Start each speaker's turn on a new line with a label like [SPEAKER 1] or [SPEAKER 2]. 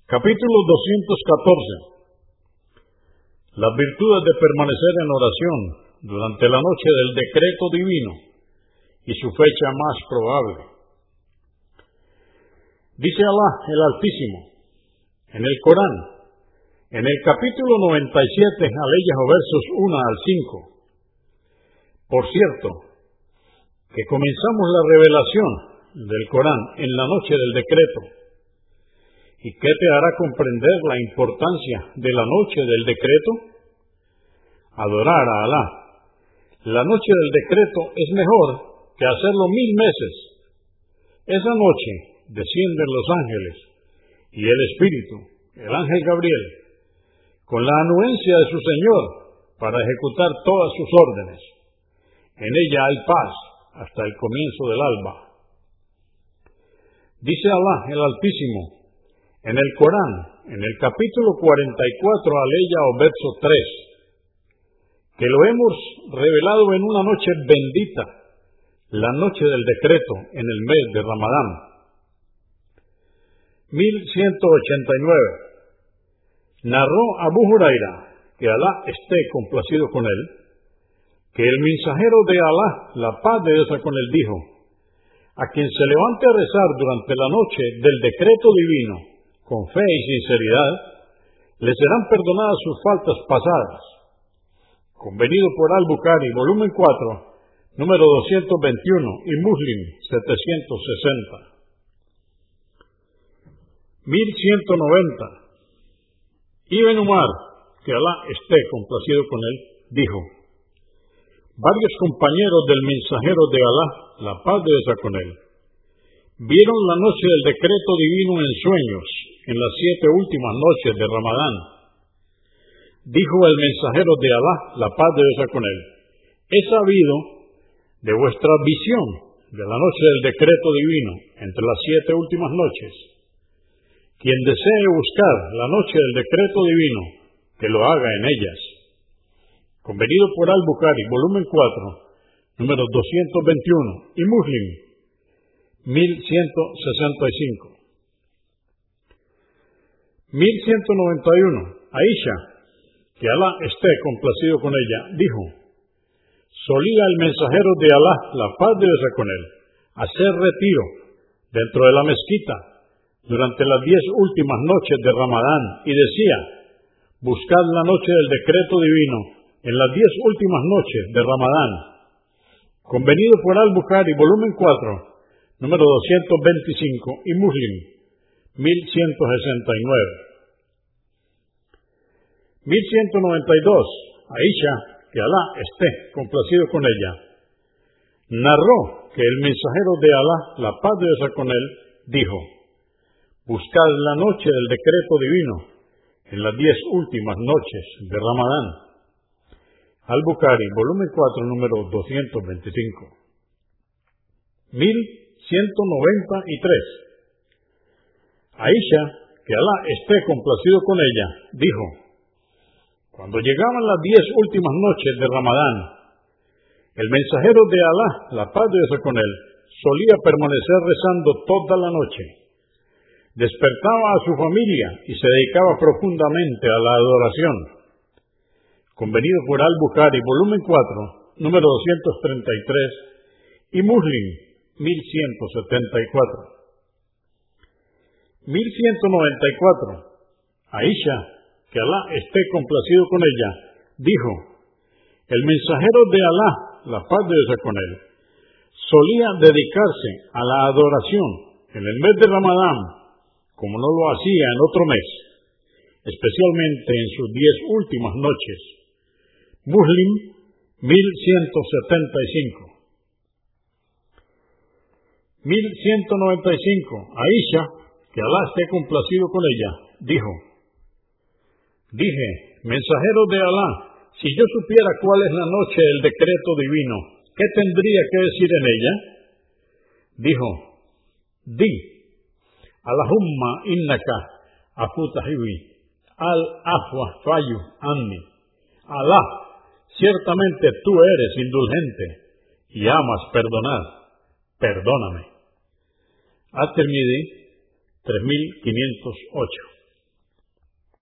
[SPEAKER 1] Capítulo 214. Las virtudes de permanecer en oración durante la noche del decreto divino y su fecha más probable. Dice Alá el Altísimo en el Corán, en el capítulo 97, aleyas o versos 1 al 5. Por cierto, que comenzamos la revelación del Corán en la noche del decreto. ¿Y qué te hará comprender la importancia de la noche del decreto? Adorar a Alá. La noche del decreto es mejor que hacerlo 1000 meses. Esa noche descienden los ángeles y el Espíritu, el ángel Gabriel, con la anuencia de su Señor para ejecutar todas sus órdenes. En ella hay paz hasta el comienzo del alba. Dice Alá el Altísimo en el Corán, en el capítulo 44, aleya o verso 3, que lo hemos revelado en una noche bendita, la noche del decreto, en el mes de Ramadán. 1189. Narró Abu Huraira, que Alá esté complacido con él, que el mensajero de Alá, la paz de Dios con él, dijo: a quien se levante a rezar durante la noche del decreto divino, con fe y sinceridad, le serán perdonadas sus faltas pasadas. Convenido por Al-Bukhari, volumen 4, número 221, y Muslim, 760. 1190. Ibn Umar, que Alá esté complacido con él, dijo: varios compañeros del mensajero de Alá, la paz de Dios con él, vieron la noche del decreto divino en sueños, en las 7 últimas noches de Ramadán. Dijo el mensajero de Alá, la paz de Dios con él: he sabido de vuestra visión de la noche del decreto divino, entre las 7 últimas noches. Quien desee buscar la noche del decreto divino, que lo haga en ellas. Convenido por Al-Bukhari, volumen 4, número 221, y Muslim, 1165. 1191. Aisha, que Alá esté complacido con ella, dijo: solía el mensajero de Alá, la paz de Dios con él, hacer retiro dentro de la mezquita durante las 10 últimas noches de Ramadán y decía: buscad la noche del decreto divino en las 10 últimas noches de Ramadán. Convenido por Al-Bukhari, volumen 4, número 225, y Muslim, 1169. 1192. Aisha, que Alá esté complacido con ella, narró que el mensajero de Alá, la paz de Dios con él, dijo: buscad la noche del decreto divino en las 10 últimas noches de Ramadán. Al-Bukhari, volumen 4, número 225. 1193. Aisha, que Alá esté complacido con ella, dijo: cuando llegaban las 10 últimas noches de Ramadán, el mensajero de Alá, la paz de Dios con él, solía permanecer rezando toda la noche. Despertaba a su familia y se dedicaba profundamente a la adoración. Convenido por Al-Bukhari, volumen 4, número 233, y Muslim, 1174. 1194. Aisha, que Alá esté complacido con ella, dijo: el mensajero de Alá, la paz de Dios con él, solía dedicarse a la adoración en el mes de Ramadán, como no lo hacía en otro mes, especialmente en sus 10 últimas noches. Muslim, 1175. 1195. Aisha, que Alá esté complacido con ella, dijo: dije, mensajero de Alá, si yo supiera cuál es la noche del decreto divino, ¿qué tendría que decir en ella? Dijo: di, Allahumma innaka afutahiwi, al-afwa fayu anni. Alá, ciertamente tú eres indulgente y amas perdonar, perdóname. At-Tirmidhi, 3508.